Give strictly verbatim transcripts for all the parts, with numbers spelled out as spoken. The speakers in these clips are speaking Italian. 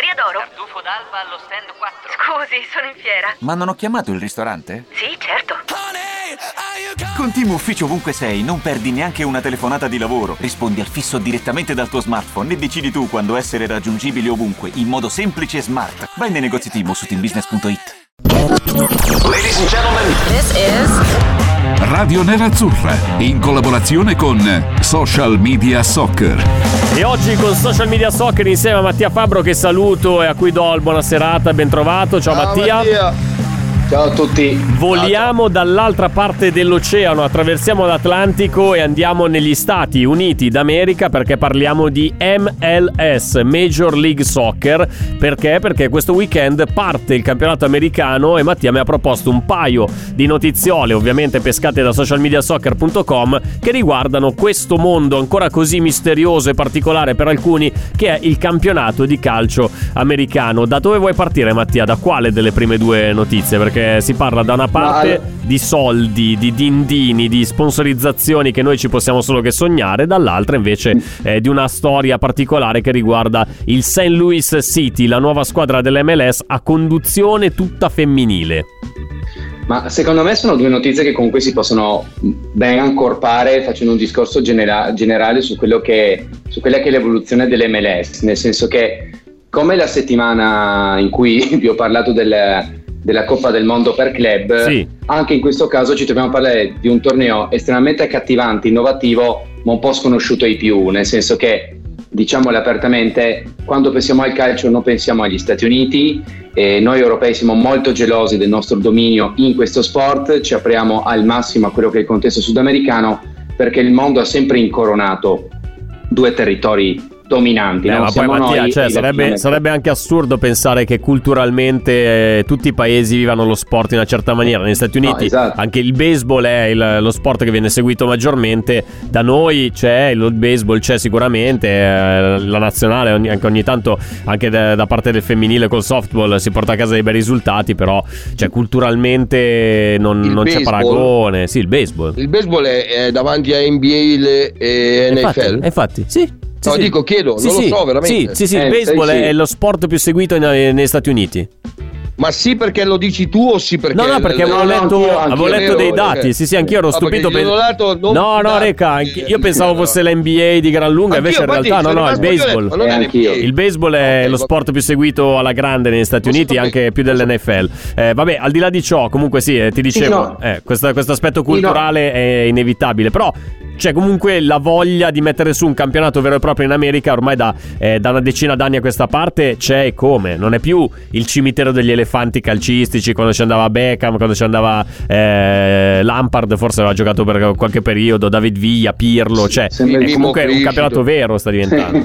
Maria d'Oro. Tartufo d'alba allo stand quattro. Scusi, sono in fiera. Ma non ho chiamato il ristorante? Sì, certo. Con Team Ufficio ovunque sei, non perdi neanche una telefonata di lavoro. Rispondi al fisso direttamente dal tuo smartphone e decidi tu quando essere raggiungibile ovunque, in modo semplice e smart. Vai nei negozi Team o su team business punto it. Ladies and gentlemen, This is Radio Nerazzurra, in collaborazione con Social Media Soccer. E oggi con Social Media Soccer insieme a Mattia Fabbro, che saluto e a cui do il buona serata, ben trovato. Ciao, Ciao Mattia. Mattia. Ciao a tutti. Voliamo dall'altra parte dell'oceano, attraversiamo l'Atlantico e andiamo negli Stati Uniti d'America perché parliamo di M L S, Major League Soccer. Perché? Perché questo weekend parte il campionato americano e Mattia mi ha proposto un paio di notiziole, ovviamente pescate da social media soccer punto com, che riguardano questo mondo ancora così misterioso e particolare per alcuni, che è il campionato di calcio americano. Da dove vuoi partire, Mattia? Da quale delle prime due notizie? Perché si parla da una parte di soldi, di dindini, di sponsorizzazioni che noi ci possiamo solo che sognare, dall'altra invece eh, di una storia particolare che riguarda il Saint Louis City, la nuova squadra dell'M L S a conduzione tutta femminile. Ma secondo me sono due notizie che comunque si possono ben accorpare facendo un discorso genera- generale su quello che su quella che è l'evoluzione dell'M L S, nel senso che come la settimana in cui vi ho parlato del della Coppa del Mondo per club, sì. Anche in questo caso ci dobbiamo parlare di un torneo estremamente accattivante, innovativo, ma un po' sconosciuto ai più, nel senso che, diciamolo apertamente, quando pensiamo al calcio non pensiamo agli Stati Uniti, e noi europei siamo molto gelosi del nostro dominio in questo sport, ci apriamo al massimo a quello che è il contesto sudamericano, perché il mondo ha sempre incoronato due territori dominanti. Eh, no? ma poi Mattia, noi, cioè, sarebbe, sarebbe anche assurdo pensare che culturalmente eh, tutti i paesi vivano lo sport in una certa maniera. Negli Stati Uniti no, esatto. Anche il baseball è il, lo sport che viene seguito maggiormente. Da noi c'è il baseball, c'è sicuramente eh, la nazionale, ogni, anche ogni tanto anche da, da parte del femminile col softball si porta a casa dei bei risultati, però cioè, culturalmente non, non c'è paragone. Sì, il baseball il baseball è, è davanti a N B A e N F L. Infatti, infatti sì. Sì, no, sì. dico, chiedo, sì, non sì. lo so veramente. Sì, sì, sì, eh, il baseball sì, è sì. lo sport più seguito in, negli Stati Uniti. Ma sì perché lo dici tu o sì perché... No, no, perché avevo no, letto, anch'io, avevo anch'io, letto dei vero, dati. perché... Sì, sì, anch'io ero ah, stupito. Per... Non no, no, Reca, anche... io pensavo fosse l'N B A di gran lunga, anch'io, invece in realtà no, no, il baseball. Non è anch'io. Il baseball è okay, lo sport più seguito alla grande negli Stati Uniti, anche più dell'N F L. Eh, vabbè, al di là di ciò, comunque sì, eh, ti dicevo, sì, no. eh, questo aspetto culturale sì, no. è inevitabile, però c'è comunque la voglia di mettere su un campionato vero e proprio in America ormai da, eh, da una decina d'anni a questa parte. C'è e come, non è più il cimitero degli elefanti calcistici quando ci andava Beckham, quando ci andava eh, Lampard, forse aveva giocato per qualche periodo, David Villa, Pirlo, cioè è comunque un campionato vero sta diventando.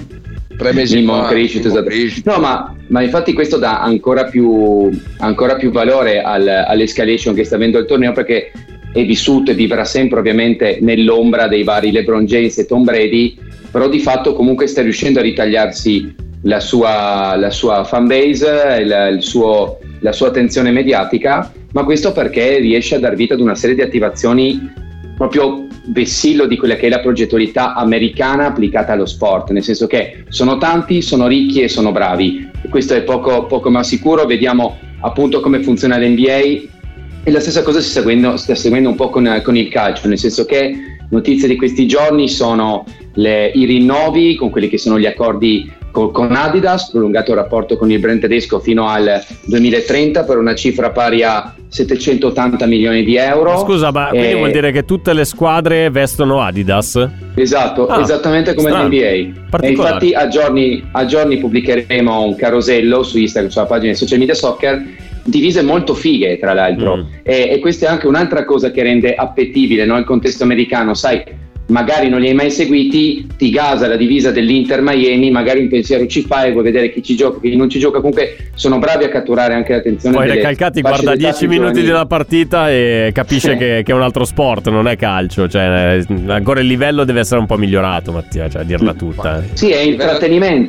Tre mesi fa, crescita, esatto. No, ma, ma infatti questo dà ancora più, ancora più valore al, all'escalation che sta avendo il torneo, perché è vissuto e vivrà sempre ovviamente nell'ombra dei vari LeBron James e Tom Brady, però di fatto comunque sta riuscendo a ritagliarsi la sua, la sua fanbase, il, il suo, la sua attenzione mediatica, ma questo perché riesce a dar vita ad una serie di attivazioni proprio vessillo di quella che è la progettualità americana applicata allo sport, nel senso che sono tanti, sono ricchi e sono bravi, e questo è poco, poco ma sicuro. Vediamo appunto come funziona l'N B A. E la stessa cosa si sta seguendo, sta seguendo un po' con, con il calcio, nel senso che notizie di questi giorni sono le, i rinnovi con quelli che sono gli accordi con, con Adidas, prolungato il rapporto con il brand tedesco fino al duemilatrenta per una cifra pari a settecentottanta milioni di euro. Ma scusa, ma quindi vuol dire che tutte le squadre vestono Adidas? Esatto, ah, esattamente come l'N B A. E infatti a giorni, a giorni pubblicheremo un carosello su Instagram, sulla pagina di Social Media Soccer, divise molto fighe tra l'altro, mm. e, e questa è anche un'altra cosa che rende appetibile, no, il contesto americano. Sai, magari non li hai mai seguiti, ti gasa la divisa dell'Inter Miami, magari un pensiero ci fa e vuoi vedere chi ci gioca, chi non ci gioca. Comunque sono bravi a catturare anche l'attenzione. Poi Recalcati guarda dieci minuti di una partita e capisce che, che è un altro sport, non è calcio, cioè ancora il livello deve essere un po' migliorato, Mattia, cioè a dirla tutta. Sì, è intrattenimento.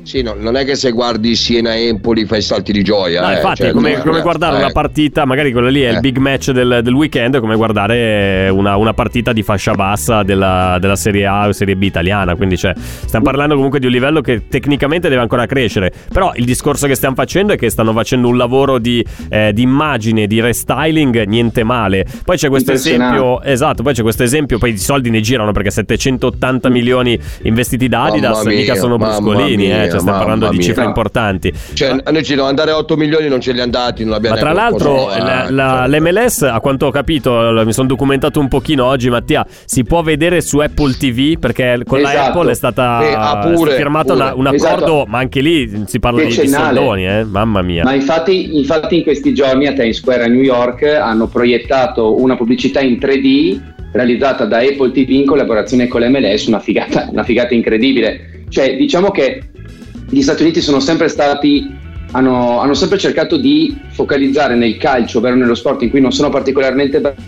Sì, no, non è che se guardi Siena-Empoli fai salti di gioia. No, eh, infatti, cioè, è come, no, come eh, guardare eh. una partita, magari quello lì è il Eh. big match del, del weekend, è come guardare una, una partita di fascia bassa della, della Serie A o Serie B italiana. Quindi, cioè, stiamo parlando comunque di un livello che tecnicamente deve ancora crescere. Però il discorso che stiamo facendo è che stanno facendo un lavoro di, eh, di immagine, di restyling, niente male. Poi c'è questo esempio, esatto, poi c'è questo esempio, poi i soldi ne girano perché settecentottanta milioni investiti da Adidas, Mamma mia, mica sono bruscolini, mamma eh, cioè, stiamo mia, parlando di mamma cifre mia. importanti. Cioè, a noi ci devono andare otto milioni, non ce li andati, non abbiamo Ma tra neanche l'altro qualcosa, la, eh, la, cioè. l'M L S, a quanto ho capito, mi sono documentato un pochino oggi, Mattia, si può vedere su Apple T V, perché con la Esatto. Apple è stata Eh, ah, pure, è stato firmato pure. una- un accordo, Esatto. ma anche lì si parla di, di Decennale. soldoni, eh? Mamma mia. Ma infatti, infatti in questi giorni a Times Square a New York hanno proiettato una pubblicità in tre D realizzata da Apple T V in collaborazione con l'M L S, una figata, una figata incredibile. Cioè, diciamo che gli Stati Uniti sono sempre stati, hanno, hanno sempre cercato di focalizzare nel calcio, ovvero nello sport in cui non sono particolarmente bravi,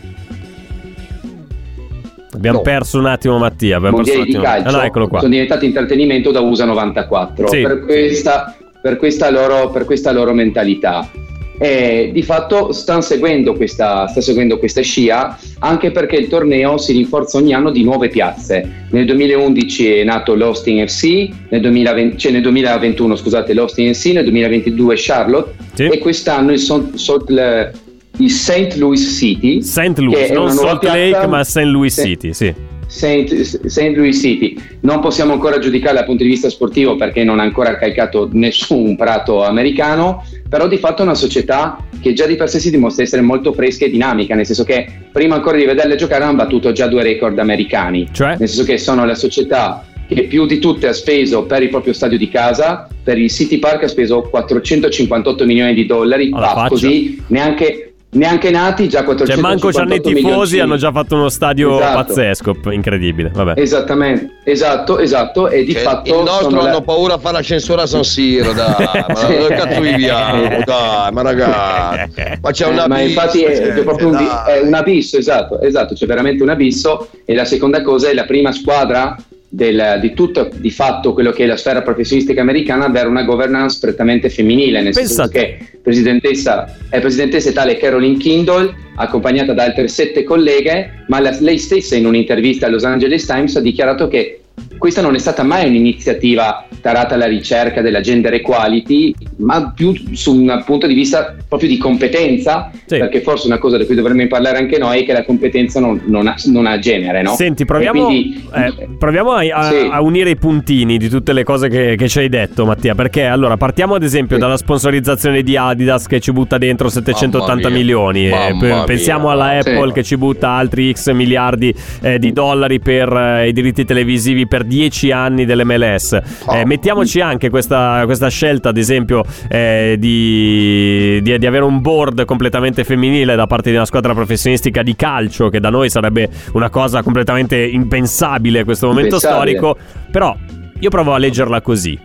Abbiamo no. perso un attimo Mattia, abbiamo perso un mondiali di attimo. calcio, Ah, no, eccolo qua. sono diventati intrattenimento da U S A novantaquattro Sì. per, questa, per, questa loro, per questa loro mentalità. E di fatto stanno seguendo questa, sta seguendo questa scia, anche perché il torneo si rinforza ogni anno di nuove piazze. Nel duemilaundici è nato l'Austin F C, nel, duemilaventi, cioè nel duemilaventuno scusate l'Austin F C, nel duemilaventidue Charlotte, Sì. e quest'anno il, Son- Salt- il- il Saint Louis City, Saint che Louis, è non una nuova Salt piazza- Lake, ma Saint Louis Sì. City, sì. Saint, Saint Louis City. Non possiamo ancora giudicare dal punto di vista sportivo perché non ha ancora calcato nessun prato americano, però di fatto è una società che già di per sé si dimostra essere molto fresca e dinamica, nel senso che prima ancora di vederle giocare hanno battuto già due record americani, Cioè? nel senso che sono la società che più di tutte ha speso per il proprio stadio di casa. Per il City Park ha speso quattrocentocinquantotto milioni di dollari, Alla bah, faccia. così neanche neanche nati già Cioè manco c'hanno i quattrocentocinquantotto tifosi, milioncini. hanno già fatto uno stadio Esatto. pazzesco, incredibile, vabbè. Esattamente, esatto, esatto, e di Cioè, fatto il nostro sono hanno la- paura a fare l'ascensore a San Siro, dai, ma dove cazzo viviamo, dai, ma ragazzi, ma c'è Eh, un ma abisso, infatti è, gente, è proprio un, di- dai. è un abisso, esatto, esatto, c'è veramente un abisso. E la seconda cosa è la prima squadra del, di tutto di fatto quello che è la sfera professionistica americana ad avere una governance prettamente femminile, nel senso Pensate. che presidentessa è presidentessa tale Caroline Kindle, accompagnata da altre sette colleghe, ma la- lei stessa in un'intervista al Los Angeles Times ha dichiarato che questa non è stata mai un'iniziativa tarata alla ricerca della gender equality, ma più su un punto di vista proprio di competenza, Sì. perché forse una cosa di cui dovremmo parlare anche noi è che la competenza non, non ha, non ha genere, no? Senti, E proviamo, quindi- eh, proviamo a, a- Sì. a unire i puntini di tutte le cose che, che ci hai detto, Mattia. Perché allora partiamo ad esempio Sì. dalla sponsorizzazione di Adidas che ci butta dentro settecentottanta Mamma mia. milioni. eh, Mamma p- mia. pensiamo alla Apple Sì. che ci butta altri X miliardi eh, di dollari per eh, i diritti televisivi per dieci anni dell'M L S. Eh, mettiamoci anche questa, questa scelta, ad esempio, eh, di, di, di avere un board completamente femminile da parte di una squadra professionistica di calcio, che da noi sarebbe una cosa completamente impensabile a questo momento Impensabile. storico. Però io provo a leggerla così.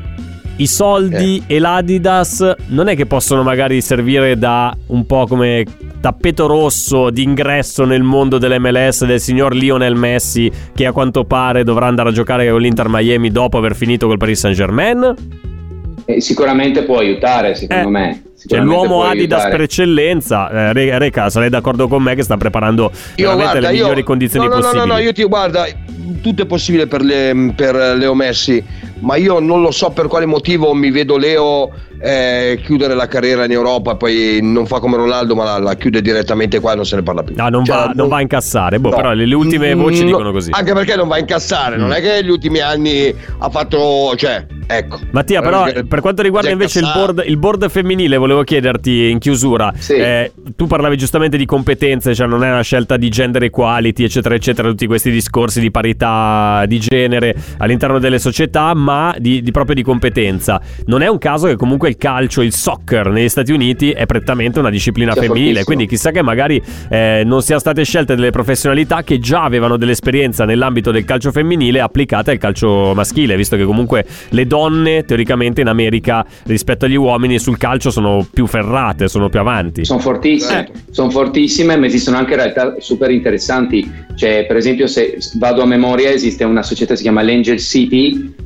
I soldi e l'Adidas non è che possono magari servire da un po' come tappeto rosso d'ingresso nel mondo dell'M L S del signor Lionel Messi, che a quanto pare dovrà andare a giocare con l'Inter Miami dopo aver finito col Paris Saint-Germain? Eh, sicuramente può aiutare, secondo Eh, me. Cioè Sicuramente l'uomo può Adidas aiutare. per eccellenza. eh, Re- Reca, sarei d'accordo con me che sta preparando Io veramente guarda, le io- migliori condizioni no, no, possibili. No, no, no, io ti guarda, tutto è possibile per, le, per Leo Messi, ma io non lo so per quale motivo mi vedo Leo eh, chiudere la carriera in Europa, poi non fa come Ronaldo, ma la, la chiude direttamente qua e non se ne parla più. No, non, Cioè, va, non va a incassare. Boh, no. però le, le ultime voci Mm, dicono no, così. Anche perché non va a incassare, non Mm. è che negli ultimi anni ha fatto, cioè, ecco. Mattia, però Eh, per quanto riguarda già invece il incassato. board, il board femminile, volevo chiederti in chiusura. Sì. eh, tu parlavi giustamente di competenze, cioè non è una scelta di gender equality, eccetera, eccetera, tutti questi discorsi di parità di genere all'interno delle società, ma di, di proprio di competenza. Non è un caso che comunque il calcio, il soccer negli Stati Uniti è prettamente una disciplina Sia femminile, fortissimo. quindi chissà che magari eh, non siano state scelte delle professionalità che già avevano dell'esperienza nell'ambito del calcio femminile applicate al calcio maschile, visto che comunque le donne teoricamente in America rispetto agli uomini sul calcio sono più ferrate, sono più avanti. Sono fortissime, sono fortissime, ma esistono anche realtà super interessanti. Cioè, per esempio, se vado a memoria, esiste una società che si chiama l'Angel City,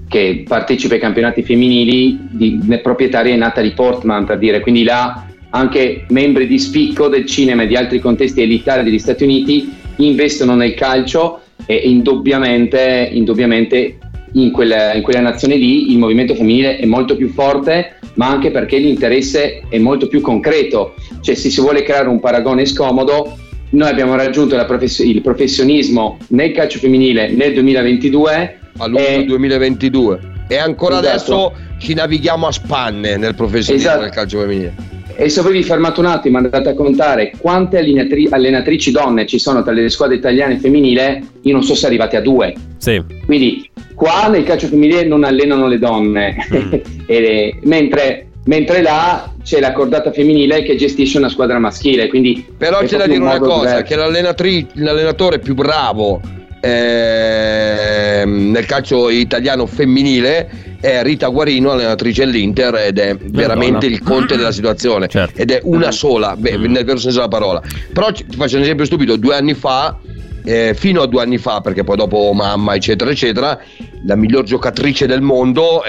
che partecipa ai campionati femminili, di, proprietaria è Natalie Portman, per dire, quindi là anche membri di spicco del cinema e di altri contesti elitari degli Stati Uniti investono nel calcio e indubbiamente, indubbiamente in, quella, in quella nazione lì il movimento femminile è molto più forte, ma anche perché l'interesse è molto più concreto. Cioè, se si vuole creare un paragone scomodo, noi abbiamo raggiunto la profes- il professionismo nel calcio femminile nel duemilaventidue a luglio e... duemilaventidue e ancora esatto. Adesso ci navighiamo a spanne nel professionismo esatto. del calcio femminile. E se voi vi fermate un attimo e andate a contare quante allenatri- allenatrici donne ci sono tra le squadre italiane e femminile, io non so se arrivate a due. Sì. Quindi qua nel calcio femminile non allenano le donne, mm. e, mentre, mentre là c'è la cordata femminile che gestisce una squadra maschile. Quindi però c'è da dire una cosa, che l'allenatri- l'allenatore più bravo eh, nel calcio italiano femminile è Rita Guarino, allenatrice dell'Inter, ed è veramente il conte della situazione, certo. Ed è una sola, beh, nel vero senso della parola. Però ti faccio un esempio stupido: due anni fa, eh, fino a due anni fa, perché poi dopo mamma eccetera eccetera, la miglior giocatrice del mondo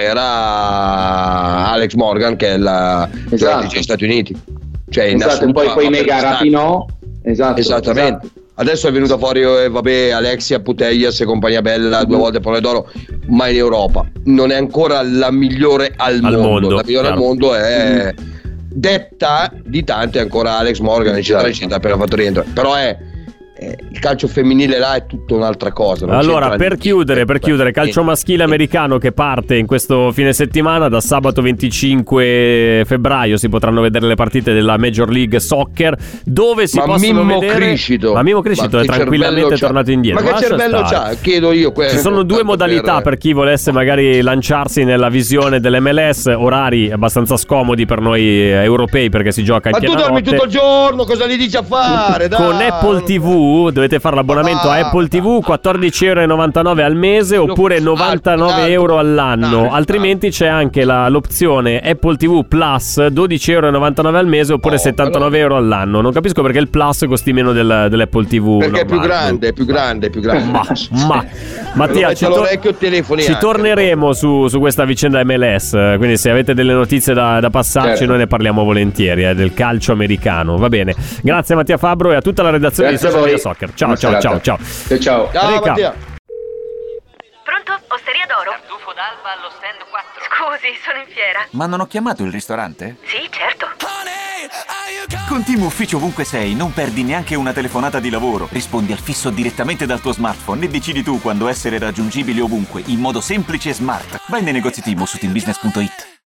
era Alex Morgan, che è la esatto. giocatrice degli Stati Uniti, cioè in esatto, e poi, poi Mega Rapinoe, esatto, esattamente esatto. Adesso è venuta fuori, eh, vabbè, Alexia Putellas e compagnia bella, due volte pallone d'oro, ma in Europa non è ancora la migliore al, al mondo. mondo. La migliore Chiaro. al mondo è mm. detta di tante ancora Alex Morgan, eccetera, eccetera, appena fatto rientro. Però è eh, il calcio femminile là è tutta un'altra cosa. Non allora, per chiudere, per chiudere, calcio maschile americano che parte in questo fine settimana. Da sabato venticinque febbraio si potranno vedere le partite della Major League Soccer, dove si ma possono Mimmo vedere Criscito. ma Mimmo Criscito è tranquillamente tornato indietro. Ma che Lascia cervello stare. c'ha? Chiedo io. Ci sono due modalità per... per chi volesse magari lanciarsi nella visione dell'M L S, orari abbastanza scomodi per noi europei perché si gioca anche ma tu la dormi notte. tutto il giorno, cosa gli dici a fare? Dai. Con Apple ti vu dovete fare l'abbonamento ah, a Apple ti vu, quattordici e novantanove euro al mese oppure novantanove euro all'anno. Altrimenti c'è anche la, l'opzione Apple ti vu Plus, dodici e novantanove euro al mese oppure oh, settantanove euro all'anno. Non capisco perché il Plus costi meno del, dell'Apple ti vu perché normale. È più grande, è più grande, è più grande. Ma, ma Mattia, ci, to- ci torneremo su, su questa vicenda M L S, quindi se avete delle notizie da, da passarci, certo. Noi ne parliamo volentieri, eh, del calcio americano. Va bene. Grazie Mattia Fabbro e a tutta la redazione Grazie di Social Media Soccer. Ciao, ciao, ciao, ciao. Ciao, ciao. Ciao Mattia. Pronto? Osteria d'oro? Tartufo d'alba allo stand quattro. Scusi, sono in fiera. Ma non ho chiamato il ristorante? Sì, certo. Con Team Ufficio ovunque sei non perdi neanche una telefonata di lavoro. Rispondi al fisso direttamente dal tuo smartphone e decidi tu quando essere raggiungibile ovunque in modo semplice e smart. Vai nei negozi Team o su team business punto it.